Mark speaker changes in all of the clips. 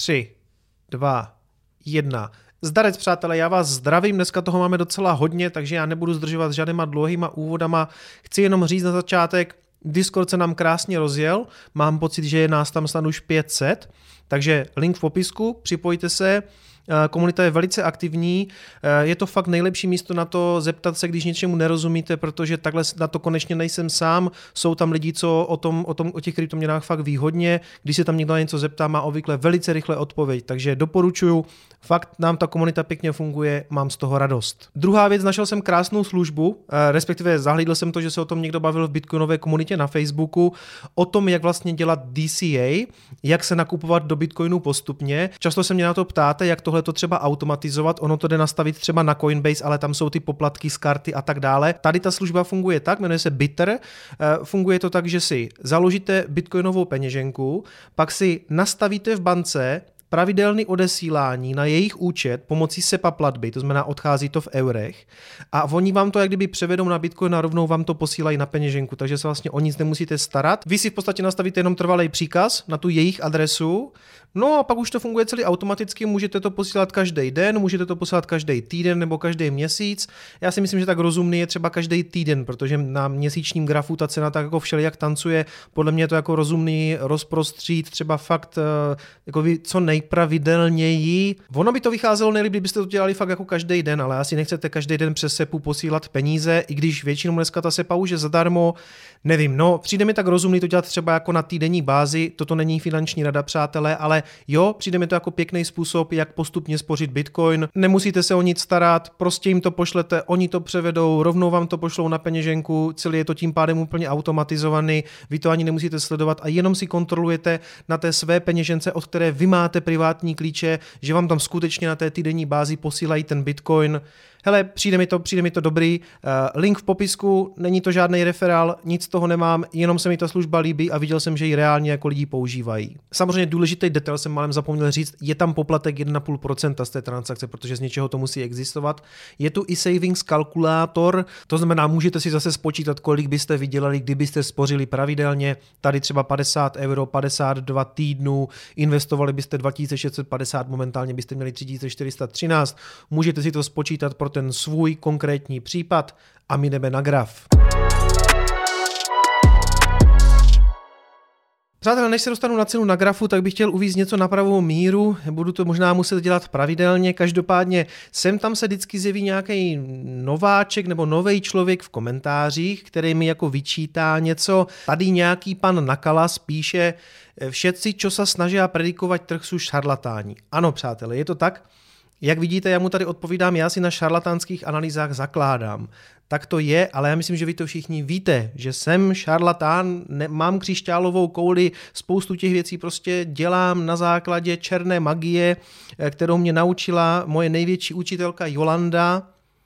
Speaker 1: 3, 2, 1. Zdarec, přátelé, já vás zdravím, dneska toho máme docela hodně, takže já nebudu zdržovat žádnýma dlouhýma úvodama. Chci jenom říct na začátek, Discord se nám krásně rozjel, mám pocit, že je nás tam snad už 500, takže link v popisku, připojte se. Komunita je velice aktivní, je to fakt nejlepší místo na to zeptat se, když něčemu nerozumíte, protože takhle na to konečně nejsem sám, jsou tam lidi, co o těch kryptoměnách fakt ví hodně, když se tam někdo na něco zeptá, má obvykle velice rychle odpověď, takže doporučuju, fakt nám ta komunita pěkně funguje, mám z toho radost. Druhá věc, našel jsem krásnou službu, respektive zahlídl jsem to, že se o tom někdo bavil v bitcoinové komunitě na Facebooku, o tom, jak vlastně dělat DCA, jak se nakupovat do bitcoinu postupně. Často se mě na to ptáte, jak tohle to třeba automatizovat, ono to jde nastavit třeba na Coinbase, ale tam jsou ty poplatky z karty a tak dále. Tady ta služba funguje tak, jmenuje se Bitter, funguje to tak, že si založíte bitcoinovou peněženku, pak si nastavíte v bance pravidelné odesílání na jejich účet pomocí SEPA platby, to znamená odchází to v eurech a oni vám to jak kdyby převedou na Bitcoin a rovnou vám to posílají na peněženku, takže se vlastně o nic nemusíte starat. Vy si v podstatě nastavíte jenom trvalý příkaz na tu jejich adresu, no a pak už to funguje celý automaticky, můžete to posílat každý den, můžete to posílat každý týden nebo každý měsíc. Já si myslím, že tak rozumný je třeba každý týden, protože na měsíčním grafu ta cena tak jako všelijak tancuje, podle mě je to jako rozumný rozprostřít třeba fakt jako co nejpravidelněji. Ono by to vycházelo nejlíp, kdybyste to dělali fakt jako každý den, ale asi nechcete každý den přes SEPu posílat peníze, i když většinou dneska ta SEPa už je zadarmo. Nevím, no přijde mi tak rozumný to dělat třeba jako na týdenní bázi, toto není finanční rada, přátelé, ale jo, přijde mi to jako pěkný způsob, jak postupně spořit Bitcoin. Nemusíte se o nic starat, prostě jim to pošlete, oni to převedou, rovnou vám to pošlou na peněženku, celý je to tím pádem úplně automatizovaný, vy to ani nemusíte sledovat a jenom si kontrolujete na té své peněžence, od které vy máte privátní klíče, že vám tam skutečně na té týdenní bázi posílají ten Bitcoin. Hele, přijde mi to dobrý, link v popisku, není to žádný referál, nic z toho nemám, jenom se mi ta služba líbí a viděl jsem, že ji reálně jako lidi používají. Samozřejmě důležitý detail jsem málem zapomněl říct, je tam poplatek 1,5% z té transakce, protože z něčeho to musí existovat. Je tu i savings kalkulátor, to znamená, můžete si zase spočítat, kolik byste vydělali, kdybyste spořili pravidelně, tady třeba 50 euro, 52 týdnů, investovali byste 2650, momentálně byste měli 3413, můžete si to spočítat pro ten svůj konkrétní případ a my jdeme na graf. Přátelé, než se dostanu na cenu na grafu, tak bych chtěl uvést něco na pravou míru, budu to možná muset dělat pravidelně, každopádně sem tam se vždycky zjeví nějaký nováček nebo novej člověk v komentářích, který mi jako vyčítá něco, tady nějaký pan Nakalas píše, všetci, čo sa snažia predikovať trh, sú šarlatáni. Ano, přátelé, je to tak. Jak vidíte, já mu tady odpovídám, já si na šarlatánských analýzách zakládám. Tak to je, ale já myslím, že vy to všichni víte, že jsem šarlatán, mám křišťálovou kouli, spoustu těch věcí prostě dělám na základě černé magie, kterou mě naučila moje největší učitelka Jolanda.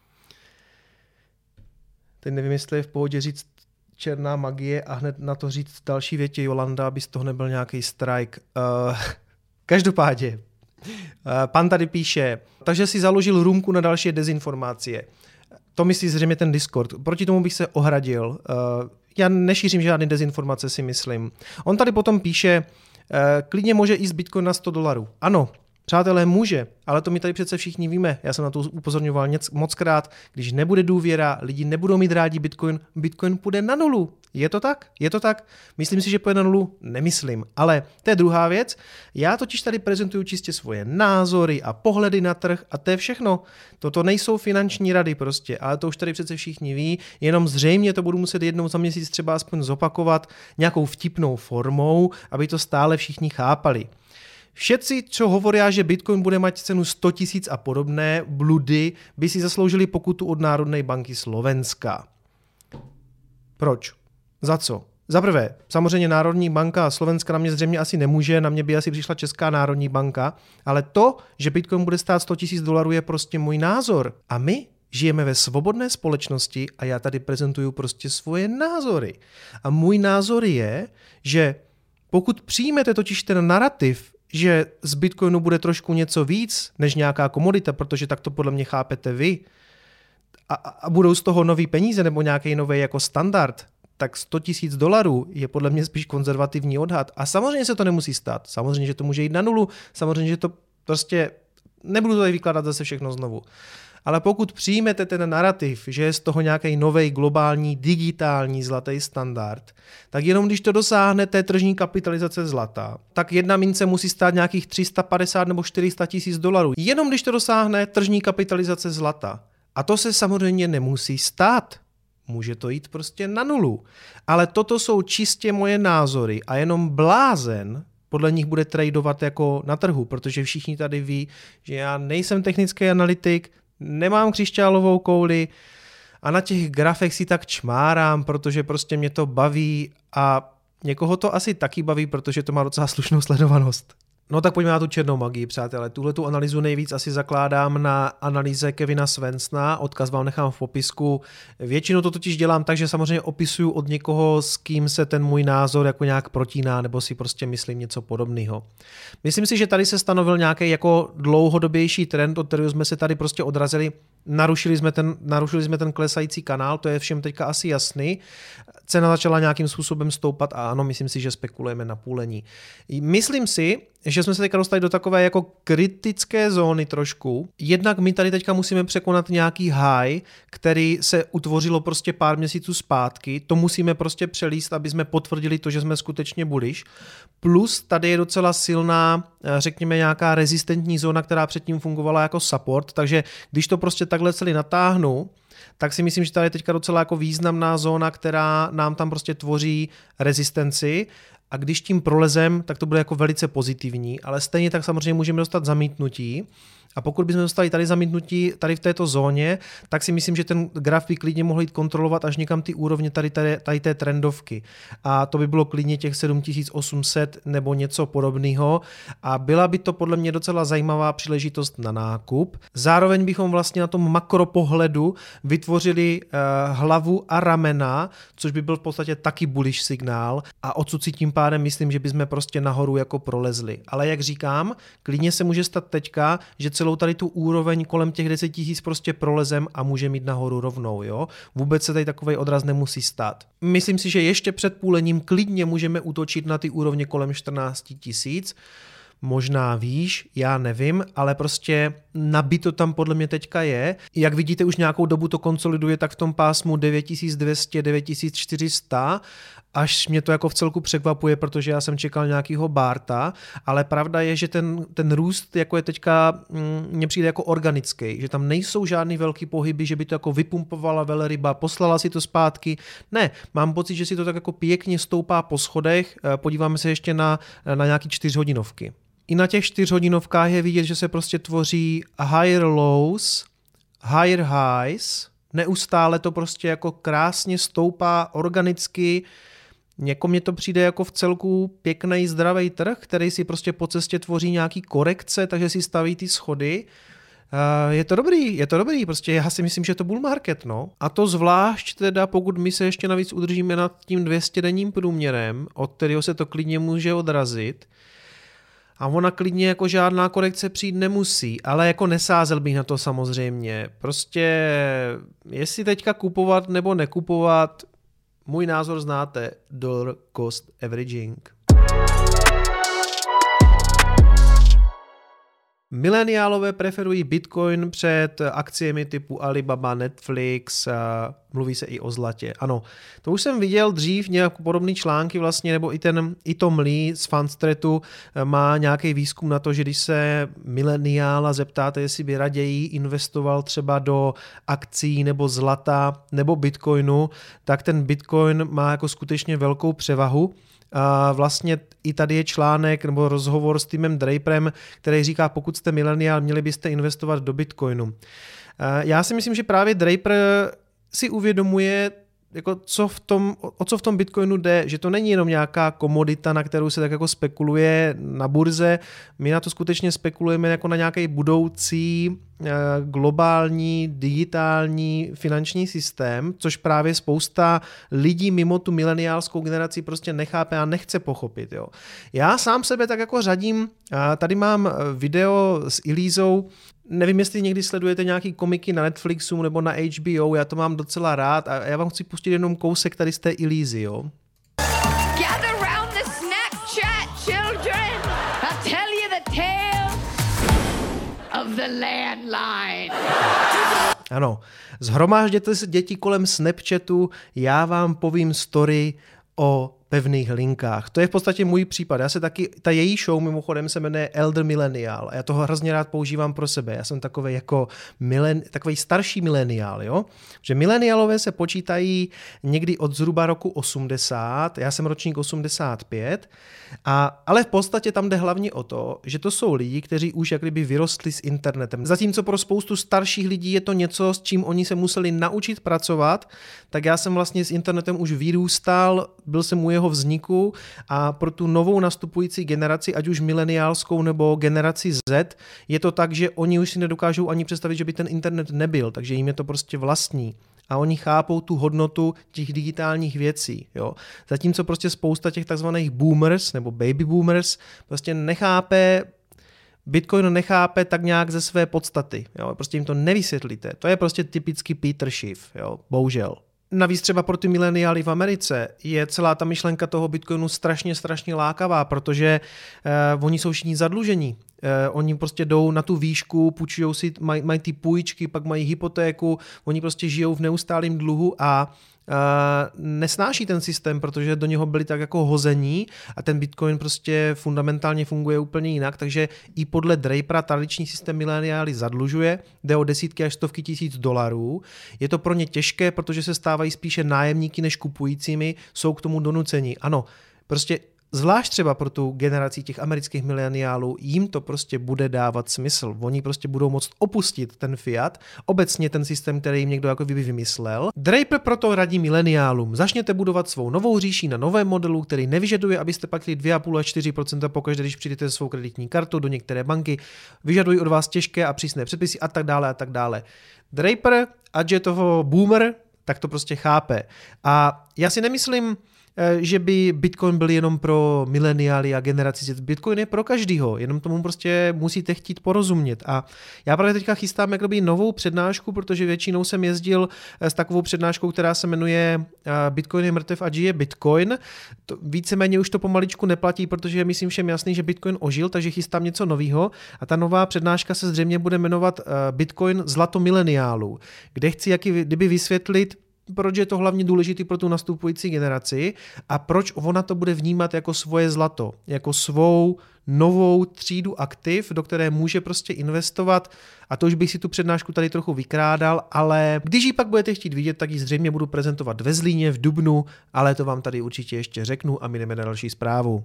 Speaker 1: Teď nevím, jestli je v pohodě říct černá magie a hned na to říct další větě Jolanda, aby z toho nebyl nějaký strike. Každopádně. Pan tady píše, takže si založil roomku na další dezinformácie. To myslí zřejmě ten Discord. Proti tomu bych se ohradil. Já nešířím žádný dezinformace, si myslím. On tady potom píše, klidně může jít Bitcoin na $100. Ano, přátelé, může, ale to my tady přece všichni víme. Já jsem na to upozorňoval mockrát. Když nebude důvěra, lidi nebudou mít rádi Bitcoin, Bitcoin půjde na nulu. Je to tak? Je to tak? Myslím si, že půjde na nulu? Nemyslím. Ale to je druhá věc. Já totiž tady prezentuju čistě svoje názory a pohledy na trh a to je všechno. Toto nejsou finanční rady prostě, ale to už tady přece všichni ví, jenom zřejmě to budu muset jednou za měsíc třeba aspoň zopakovat nějakou vtipnou formou, aby to stále všichni chápali. Všetci, čo hovoria, že Bitcoin bude mať cenu 100 000 a podobné bludy, by si zasloužili pokutu od Národnej banky Slovenska. Proč? Za co? Za prvé, samozřejmě Národní banka Slovenska na mě zřejmě asi nemůže, na mě by asi přišla Česká národní banka, ale to, že Bitcoin bude stát $100 000 je prostě můj názor. A my žijeme ve svobodné společnosti a já tady prezentuju prostě svoje názory. A můj názor je, že pokud přijmete totiž ten narrativ, že z Bitcoinu bude trošku něco víc než nějaká komodita, protože tak to podle mě chápete vy, a budou z toho nový peníze nebo nějaký nový jako standard, tak $100,000 je podle mě spíš konzervativní odhad. A samozřejmě se to nemusí stát. Samozřejmě, že to může jít na nulu, samozřejmě, že to prostě, nebudu to tady vykládat zase všechno znovu. Ale pokud přijmete ten narrativ, že je z toho nějaký nový globální digitální zlatý standard, tak jenom když to dosáhne té tržní kapitalizace zlata, tak jedna mince musí stát nějakých 350 nebo 400 tisíc dolarů. Jenom když to dosáhne tržní kapitalizace zlata. A to se samozřejmě nemusí stát. Může to jít prostě na nulu. Ale toto jsou čistě moje názory a jenom blázen podle nich bude tradovat jako na trhu, protože všichni tady ví, že já nejsem technický analytik, nemám křišťálovou kouli a na těch grafech si tak čmárám, protože prostě mě to baví a někoho to asi taky baví, protože to má docela slušnou sledovanost. No tak pojďme na tu černou magii, přátelé. Tuhletu analýzu nejvíc asi zakládám na analýze Kevina Svensona, odkaz vám nechám v popisku. Většinou to totiž dělám tak, že samozřejmě opisuju od někoho, s kým se ten můj názor jako nějak protíná, nebo si prostě myslím něco podobného. Myslím si, že tady se stanovil nějaký jako dlouhodobější trend, od kterého jsme se tady prostě odrazili. Narušili jsme ten klesající kanál, to je všem teďka asi jasný. Cena začala nějakým způsobem stoupat a ano, myslím si, že spekulujeme na půlení. Myslím si, že jsme se teďka dostali do takové jako kritické zóny trošku. Jednak my tady teďka musíme překonat nějaký high, který se utvořilo prostě pár měsíců zpátky. To musíme prostě přelíst, aby jsme potvrdili to, že jsme skutečně bullish. Plus tady je docela silná, řekněme, nějaká rezistentní zóna, která předtím fungovala jako support, takže když to prostě takhle celý natáhnu, tak si myslím, že tady je teďka docela jako významná zóna, která nám tam prostě tvoří rezistenci a když tím prolezem, tak to bude jako velice pozitivní, ale stejně tak samozřejmě můžeme dostat zamítnutí. A pokud bychom dostali tady zamítnutí tady v této zóně, tak si myslím, že ten graf by klidně mohl jít kontrolovat až někam ty úrovně tady té trendovky. A to by bylo klidně těch 7800 nebo něco podobného. A byla by to podle mě docela zajímavá příležitost na nákup. Zároveň bychom vlastně na tom makropohledu vytvořili hlavu a ramena, což by byl v podstatě taky bullish signál. A odsud si tím pádem myslím, že bychom prostě nahoru jako prolezli. Ale jak říkám, klidně se může stát teďka, že celou tady tu úroveň kolem těch 10 000 prostě prolezem a může mít nahoru rovnou, jo. Vůbec se tady takovej odraz nemusí stát. Myslím si, že ještě před půlením klidně můžeme útočit na ty úrovně kolem 14 000. Možná výš, já nevím, ale prostě nabito tam podle mě teďka je. Jak vidíte, už nějakou dobu to konsoliduje tak v tom pásmu 9200, 9400, až mě to jako v celku překvapuje, protože já jsem čekal nějakýho Barta, ale pravda je, že ten růst jako je teďka, mně přijde jako organický, že tam nejsou žádný velký pohyby, že by to jako vypumpovala velryba, poslala si to zpátky. Ne, mám pocit, že si to tak jako pěkně stoupá po schodech, podíváme se ještě na nějaký 4hodinovky. I na těch 4hodinovkách je vidět, že se prostě tvoří higher lows, higher highs, neustále to prostě jako krásně stoupá organicky. Mně to přijde jako v celku pěkný zdravý trh, který si prostě po cestě tvoří nějaký korekce, takže si staví ty schody. Je to dobrý, prostě já si myslím, že je to bull market, no. A to zvlášť teda, pokud my se ještě navíc udržíme nad tím 200denním průměrem, od kterého se to klidně může odrazit. A ona klidně jako žádná korekce přijít nemusí, ale jako nesázel bych na to samozřejmě. Prostě jestli teďka kupovat nebo nekupovat, můj názor znáte, dollar cost averaging. Mileniálové preferují Bitcoin před akciemi typu Alibaba, Netflix, mluví se i o zlatě. Ano, to už jsem viděl dřív nějaké podobné články vlastně, nebo i Tom Lee z Fundstreetu má nějaký výzkum na to, že když se mileniála zeptáte, jestli by raději investoval třeba do akcí nebo zlata nebo Bitcoinu, tak ten Bitcoin má jako skutečně velkou převahu. A vlastně i tady je článek nebo rozhovor s Timem Draperem, který říká, pokud jste mileniál, měli byste investovat do Bitcoinu. Já si myslím, že právě Draper si uvědomuje, jako o co v tom Bitcoinu jde, že to není jenom nějaká komodita, na kterou se tak jako spekuluje na burze, my na to skutečně spekulujeme jako na nějaký budoucí globální, digitální finanční systém, což právě spousta lidí mimo tu mileniálskou generaci prostě nechápe a nechce pochopit. Jo. Já sám sebe tak jako řadím, tady mám video s Ilízou, Nevím, jestli někdy sledujete nějaký komiky na Netflixu nebo na HBO, já to mám docela rád a já vám chci pustit jenom kousek tady z té Ilízy, jo.
Speaker 2: Gather round the snack chat, children. I'll tell you the tale of the landline.
Speaker 1: Ano, zhromážděte si děti kolem Snapchatu, já vám povím story o pevných linkách. To je v podstatě můj případ. Já se taky, ta její show mimochodem se jmenuje Elder Millennial a já to hrozně rád používám pro sebe. Já jsem takový jako takový starší mileniál, jo? Že mileniálové se počítají někdy od zhruba roku 80, já jsem ročník 85, ale v podstatě tam jde hlavně o to, že to jsou lidi, kteří už jak kdyby vyrostli s internetem. Zatímco pro spoustu starších lidí je to něco, s čím oni se museli naučit pracovat, tak já jsem vlastně s internetem už vyrůstal, byl jsem u jeho vzniku a pro tu novou nastupující generaci, ať už mileniálskou nebo generaci Z, je to tak, že oni už si nedokážou ani představit, že by ten internet nebyl, takže jim je to prostě vlastní. A oni chápou tu hodnotu těch digitálních věcí. Jo. Zatímco prostě spousta těch takzvaných boomers nebo baby boomers prostě nechápe, Bitcoin nechápe tak nějak ze své podstaty. Jo. Prostě jim to nevysvětlíte. To je prostě typický Peter Schiff, jo. Bohužel. Navíc třeba pro ty mileniály v Americe je celá ta myšlenka toho Bitcoinu strašně lákavá, protože oni jsou všichni zadlužení. Oni prostě jdou na tu výšku, půjčujou si, mají ty půjčky, pak mají hypotéku, oni prostě žijou v neustálém dluhu a nesnáší ten systém, protože do něho byli tak jako hození a ten Bitcoin prostě fundamentálně funguje úplně jinak, takže i podle Drapera tradiční systém mileniály zadlužuje, jde o desítky až stovky tisíc dolarů. Je to pro ně těžké, protože se stávají spíše nájemníky než kupujícími, jsou k tomu donuceni. Ano, prostě zvlášť třeba pro tu generaci těch amerických mileniálů, jim to prostě bude dávat smysl. Oni prostě budou moct opustit ten fiat, obecně ten systém, který jim někdo jako vymyslel. Draper proto radí mileniálům, začněte budovat svou novou říši na novém modelu, který nevyžaduje, abyste platili 2,5 až 4% pokaždé, když přijdete se svou kreditní kartou do některé banky, vyžadují od vás těžké a přísné předpisy a tak dále a tak dále. Draper, ať je toho boomer, tak to prostě chápe. A já si nemyslím, že by Bitcoin byl jenom pro mileniály a generaci Z. Bitcoin je pro každýho, jenom tomu prostě musíte chtít porozumět. A já právě teďka chystám jakoby novou přednášku, protože většinou jsem jezdil s takovou přednáškou, která se jmenuje Bitcoin je mrtev a žije Bitcoin. Víceméně už to pomaličku neplatí, protože je myslím všem jasný, že Bitcoin ožil, takže chystám něco nového. A ta nová přednáška se zřejmě bude jmenovat Bitcoin zlato mileniálů, kde chci kdyby vysvětlit, proč je to hlavně důležité pro tu nastupující generaci a proč ona to bude vnímat jako svoje zlato, jako svou novou třídu aktiv, do které může prostě investovat a to už bych si tu přednášku tady trochu vykrádal, ale když ji pak budete chtít vidět, tak ji zřejmě budu prezentovat ve Zlíně v dubnu, ale to vám tady určitě ještě řeknu a my jdeme na další zprávu.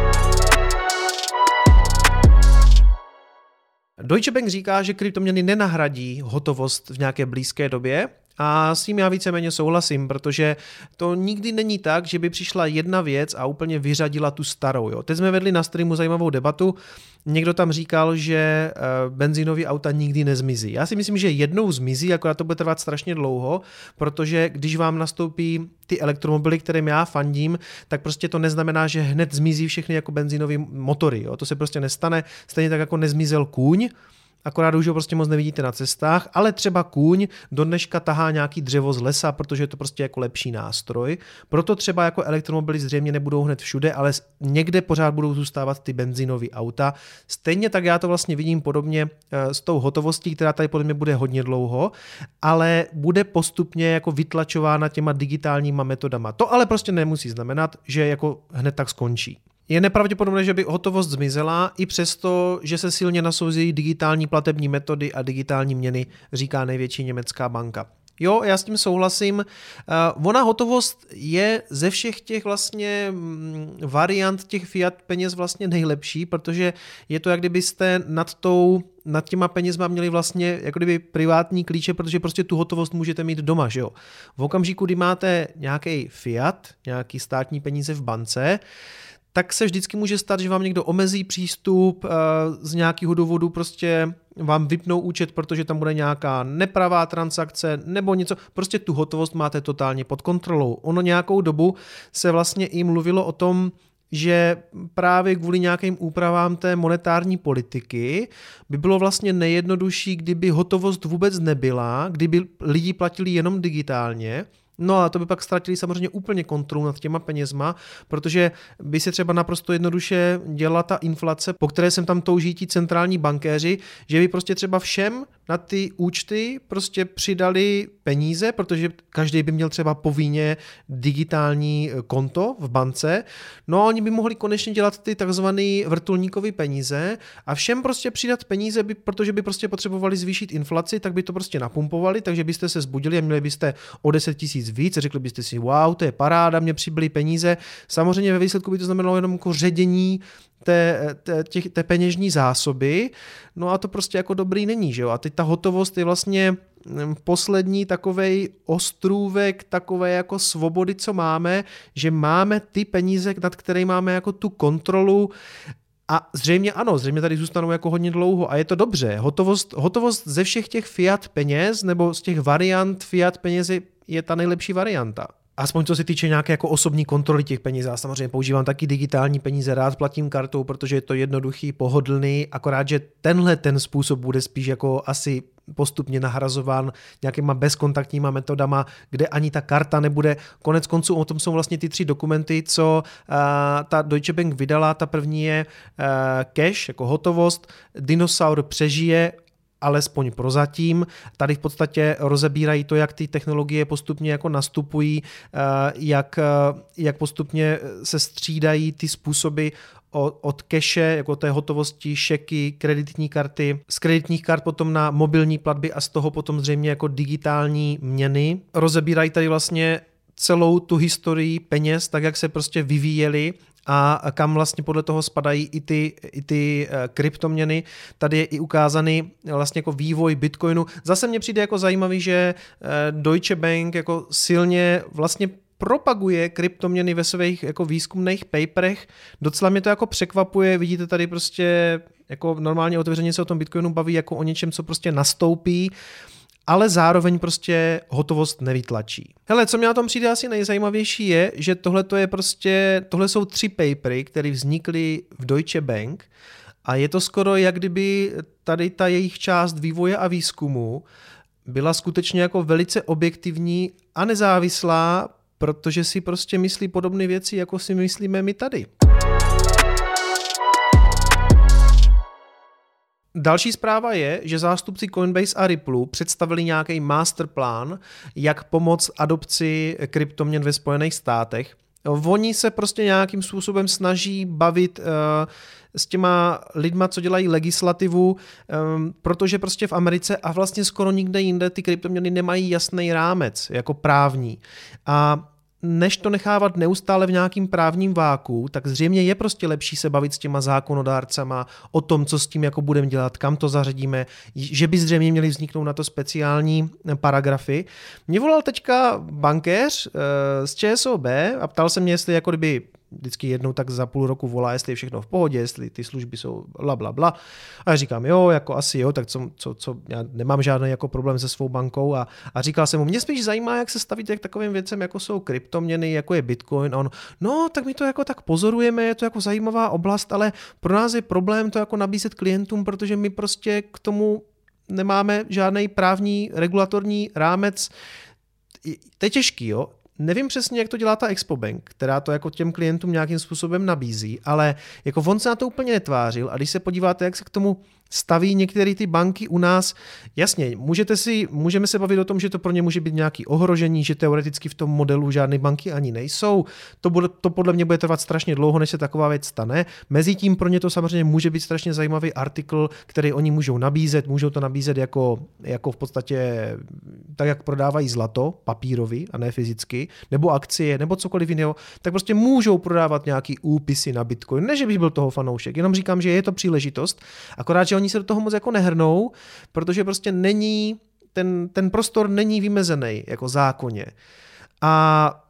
Speaker 1: Deutsche Bank říká, že kryptoměny nenahradí hotovost v nějaké blízké době a s tím já víceméně souhlasím, protože to nikdy není tak, že by přišla jedna věc a úplně vyřadila tu starou. Jo. Teď jsme vedli na streamu zajímavou debatu, někdo tam říkal, že benzínový auta nikdy nezmizí. Já si myslím, že jednou zmizí, akorát to bude trvat strašně dlouho, protože když vám nastoupí ty elektromobily, kterým já fandím, tak prostě to neznamená, že hned zmizí všechny jako benzínové motory. Jo. To se prostě nestane, stejně tak jako nezmizel kůň, akorát už ho prostě moc nevidíte na cestách, ale třeba kůň do dneška tahá nějaký dřevo z lesa, protože je to prostě jako lepší nástroj. Proto třeba jako elektromobily zřejmě nebudou hned všude, ale někde pořád budou zůstávat ty benzínové auta. Stejně tak já to vlastně vidím podobně s tou hotovostí, která tady podle mě bude hodně dlouho, ale bude postupně jako vytlačována těma digitálníma metodama. To ale prostě nemusí znamenat, že jako hned tak skončí. Je nepravděpodobné, že by hotovost zmizela, i přesto, že se silně nasouzejí digitální platební metody a digitální měny, říká největší německá banka. Jo, já s tím souhlasím. Ona hotovost je ze všech těch vlastně variant těch fiat peněz vlastně nejlepší, protože je to, jak kdybyste nad těma penězma měli vlastně jako kdyby privátní klíče, protože prostě tu hotovost můžete mít doma, že jo. V okamžiku, kdy máte nějaký fiat, nějaký státní peníze v bance, tak se vždycky může stát, že vám někdo omezí přístup, z nějakého důvodu prostě vám vypnou účet, protože tam bude nějaká nepravá transakce nebo něco. Prostě tu hotovost máte totálně pod kontrolou. Ono nějakou dobu se vlastně i mluvilo o tom, že právě kvůli nějakým úpravám té monetární politiky by bylo vlastně nejjednodušší, kdyby hotovost vůbec nebyla, kdyby lidi platili jenom digitálně. No a to by pak ztratili samozřejmě úplně kontrolu nad těma penězma, protože by se třeba naprosto jednoduše dělala ta inflace, po které sem tam touží ti centrální bankéři, že by prostě třeba všem na ty účty prostě přidali peníze, protože každý by měl třeba povinně digitální konto v bance, no a oni by mohli konečně dělat ty takzvaný vrtulníkový peníze a všem prostě přidat peníze, protože by prostě potřebovali zvýšit inflaci, tak by to prostě napumpovali, takže byste se zbudili a měli byste o 10 000 víc, řekli byste si, wow, to je paráda, mě přibyly peníze. Samozřejmě ve výsledku by to znamenalo jenom jako ředění té peněžní zásoby, no a to prostě jako dobrý není, že jo? A teď ta hotovost je vlastně poslední takovej ostrůvek, takové jako svobody, co máme, že máme ty peníze, nad kterými máme jako tu kontrolu. A zřejmě ano, zřejmě tady zůstanou jako hodně dlouho a je to dobře. Hotovost ze všech těch fiat peněz nebo z těch variant fiat peněz je ta nejlepší varianta. Aspoň co se týče nějaké jako osobní kontroly těch peněz. Já samozřejmě používám taky digitální peníze, rád platím kartou, protože je to jednoduchý, pohodlný, akorát, že ten způsob bude spíš jako asi postupně nahrazován nějakýma bezkontaktníma metodama, kde ani ta karta nebude. Konec konců o tom jsou vlastně ty 3 dokumenty, co ta Deutsche Bank vydala. Ta první je cash, jako hotovost, dinosaur přežije, alespoň prozatím. Tady v podstatě rozebírají to, jak ty technologie postupně jako nastupují, jak postupně se střídají ty způsoby od cache, jako té hotovosti, šeky, kreditní karty, z kreditních kart potom na mobilní platby a z toho potom zřejmě jako digitální měny. Rozebírají tady vlastně celou tu historii peněz, tak jak se prostě vyvíjely a kam vlastně podle toho spadají i ty kryptoměny. Tady je i ukázaný vlastně jako vývoj Bitcoinu. Zase mně přijde jako zajímavý, že Deutsche Bank jako silně vlastně propaguje kryptoměny ve svých jako výzkumných paperech. Docela mě to jako překvapuje, vidíte tady prostě jako normálně otevřeně se o tom Bitcoinu baví jako o něčem, co prostě nastoupí, ale zároveň prostě hotovost nevytlačí. Hele, co mě na tom přijde asi nejzajímavější je, že tohle jsou 3 papery, které vznikly v Deutsche Bank a je to skoro jak kdyby tady ta jejich část vývoje a výzkumu byla skutečně jako velice objektivní a nezávislá, protože si prostě myslí podobné věci, jako si myslíme my tady. Další zpráva je, že zástupci Coinbase a Ripple představili nějaký masterplán, jak pomoct adopci kryptoměn ve Spojených státech. Oni se prostě nějakým způsobem snaží bavit s těma lidma, co dělají legislativu, protože prostě v Americe a vlastně skoro nikde jinde ty kryptoměny nemají jasný rámec jako právní. A než to nechávat neustále v nějakým právním váku, tak zřejmě je prostě lepší se bavit s těma zákonodárcama o tom, co s tím jako budeme dělat, kam to zařadíme, že by zřejmě měly vzniknout na to speciální paragrafy. Mě volal teďka bankéř z ČSOB a ptal se mě, jestli jako kdyby vždycky jednou tak za půl roku volá, jestli je všechno v pohodě, jestli ty služby jsou bla. A já říkám, jo, jako asi jo, tak co já nemám žádný jako problém se svou bankou a říkal jsem mu, mě spíš zajímá, jak se stavíte k takovým věcem, jako jsou kryptoměny, jako je Bitcoin. A on, no, tak my to jako tak pozorujeme, je to jako zajímavá oblast, ale pro nás je problém to jako nabízet klientům, protože my prostě k tomu nemáme žádný právní regulatorní rámec. To je těžký, jo. Nevím přesně, jak to dělá ta Expo Bank, která to jako těm klientům nějakým způsobem nabízí, ale jako on se na to úplně netvářil a když se podíváte, jak se k tomu staví některé ty banky u nás, jasně, můžeme se bavit o tom, že to pro ně může být nějaké ohrožení, že teoreticky v tom modelu žádné banky ani nejsou. To podle mě bude trvat strašně dlouho, než se taková věc stane. Mezitím pro ně to samozřejmě může být strašně zajímavý artikl, který oni můžou to nabízet jako v podstatě tak, jak prodávají zlato, papírový a ne fyzicky, nebo akcie, nebo cokoliv jiného, tak prostě můžou prodávat nějaký úpisy na Bitcoin. Ne, že bych byl toho fanoušek, jenom říkám, že je to příležitost, akorát, že oni se do toho moc jako nehrnou, protože prostě není, ten prostor není vymezený jako zákonně. A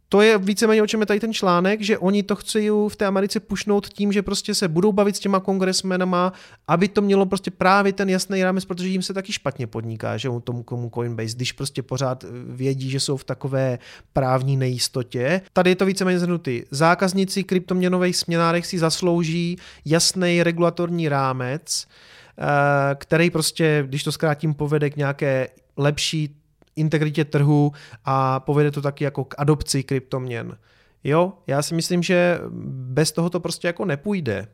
Speaker 1: to je víceméně, o čem je tady ten článek, že oni to chcejí v té Americe pušnout tím, že prostě se budou bavit s těma kongresmenama, aby to mělo prostě právě ten jasný rámec, protože jim se taky špatně podniká, že tomu komu Coinbase, když prostě pořád vědí, že jsou v takové právní nejistotě. Tady je to víceméně zhrnutý. Zákazníci kryptoměnových směnárek si zaslouží jasný regulatorní rámec, který prostě, když to zkrátím, povede k nějaké lepší integritě trhu a povede to taky jako k adopci kryptoměn. Jo, já si myslím, že bez toho to prostě jako nepůjde.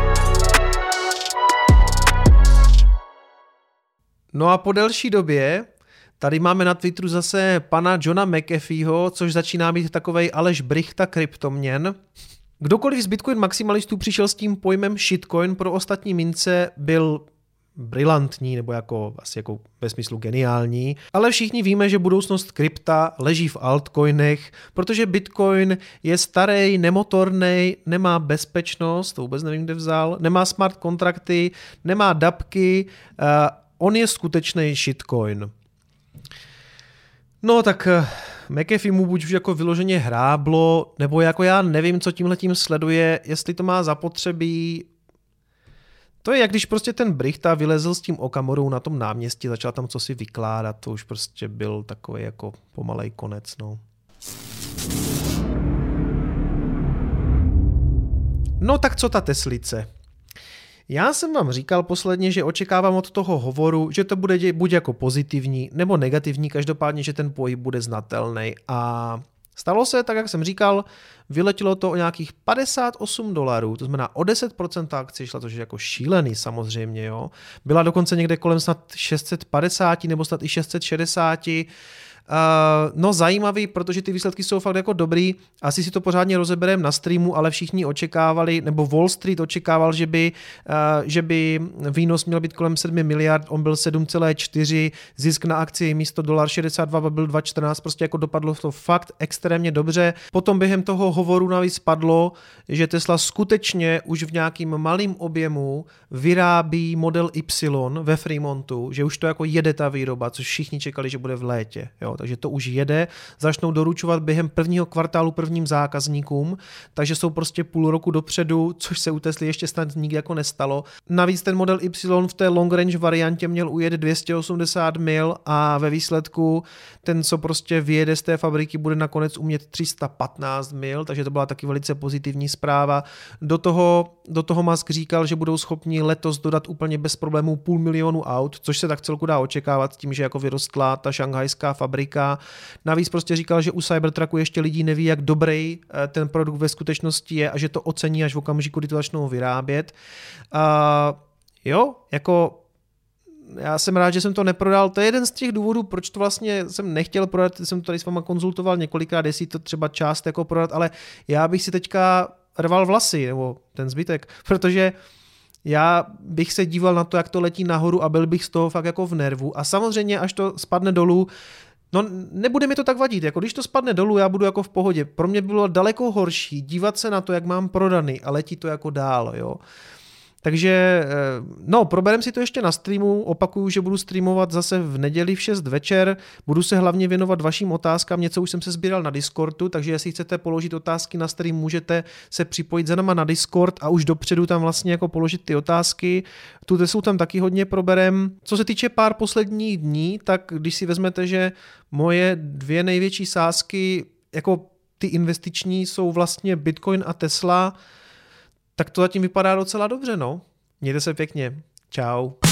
Speaker 1: No a po delší době tady máme na Twitteru zase pana Johna McAfeeho, což začíná být takovej Aleš Brichta kryptoměn. Kdokoliv z Bitcoin maximalistů přišel s tím pojmem shitcoin pro ostatní mince, byl brilantní, nebo asi jako ve smyslu geniální, ale všichni víme, že budoucnost krypta leží v altcoinech, protože Bitcoin je starý, nemotorný, nemá bezpečnost, to vůbec nevím, kde vzal, nemá smart kontrakty, nemá dapky, on je skutečný shitcoin. No tak McAfee mu buď už jako vyloženě hráblo, nebo jako já nevím, co tímhletím sleduje, jestli to má zapotřebí. To je jak když prostě ten Brichta vylezl s tím Okamurou na tom náměstí, začal tam cosi vykládat, to už prostě byl takový jako pomalej konec, no. No tak co ta Teslice? Já jsem vám říkal posledně, že očekávám od toho hovoru, že to bude buď jako pozitivní nebo negativní, každopádně, že ten pohyb bude znatelný. A stalo se, tak jak jsem říkal, vyletělo to o nějakých $58, to znamená o 10% akcie šla, což je jako šílený samozřejmě, jo. Byla dokonce někde kolem snad 650 nebo snad i 660. No zajímavý, protože ty výsledky jsou fakt jako dobrý, asi si to pořádně rozebereme na streamu, ale všichni očekávali, nebo Wall Street očekával, že by výnos měl být kolem 7 miliard, on byl 7,4, zisk na akci místo $1.62 byl 2,14, prostě jako dopadlo to fakt extrémně dobře. Potom během toho hovoru navíc padlo, že Tesla skutečně už v nějakým malým objemu vyrábí Model Y ve Fremontu, že už to jako jede ta výroba, což všichni čekali, že bude v létě, jo. Takže to už jede, začnou doručovat během prvního kvartálu prvním zákazníkům, takže jsou prostě půl roku dopředu, což se u Tesly ještě snad nikdy jako nestalo. Navíc ten Model Y v té long range variantě měl ujet 280 mil a ve výsledku ten, co prostě vyjede z té fabriky, bude nakonec umět 315 mil, takže to byla taky velice pozitivní zpráva. Do toho Musk říkal, že budou schopni letos dodat úplně bez problémů 500 000 aut, což se tak celku dá očekávat tím, že jako vyrostla ta šanghajská fabrika. Navíc prostě říkal, že u Cybertrucku ještě lidi neví, jak dobrý ten produkt ve skutečnosti je a že to ocení až v okamžiku, kdy to začnou vyrábět. Jo, jako já jsem rád, že jsem to neprodal. To je jeden z těch důvodů, proč to vlastně jsem nechtěl prodat. Jsem to tady s váma konzultoval několikrát, jestli to třeba část jako prodat, ale já bych si teďka rval vlasy, nebo ten zbytek, protože já bych se díval na to, jak to letí nahoru a byl bych z toho fakt jako v nervu. A samozřejmě, až to spadne dolů, no nebude mi to tak vadit, jako když to spadne dolů, já budu jako v pohodě. Pro mě bylo daleko horší dívat se na to, jak mám prodaný a letí to jako dál, jo. Takže, no, proberem si to ještě na streamu, opakuju, že budu streamovat zase v neděli v 6 večer, budu se hlavně věnovat vašim otázkám, něco už jsem se sbíral na Discordu, takže jestli chcete položit otázky na stream, můžete se připojit za náma na Discord a už dopředu tam vlastně jako položit ty otázky. Tu Teslu tam taky hodně proberem. Co se týče pár posledních dní, tak když si vezmete, že moje dvě největší sázky, jako ty investiční, jsou vlastně Bitcoin a Tesla, tak to zatím vypadá docela dobře, no. Mějte se pěkně. Čau.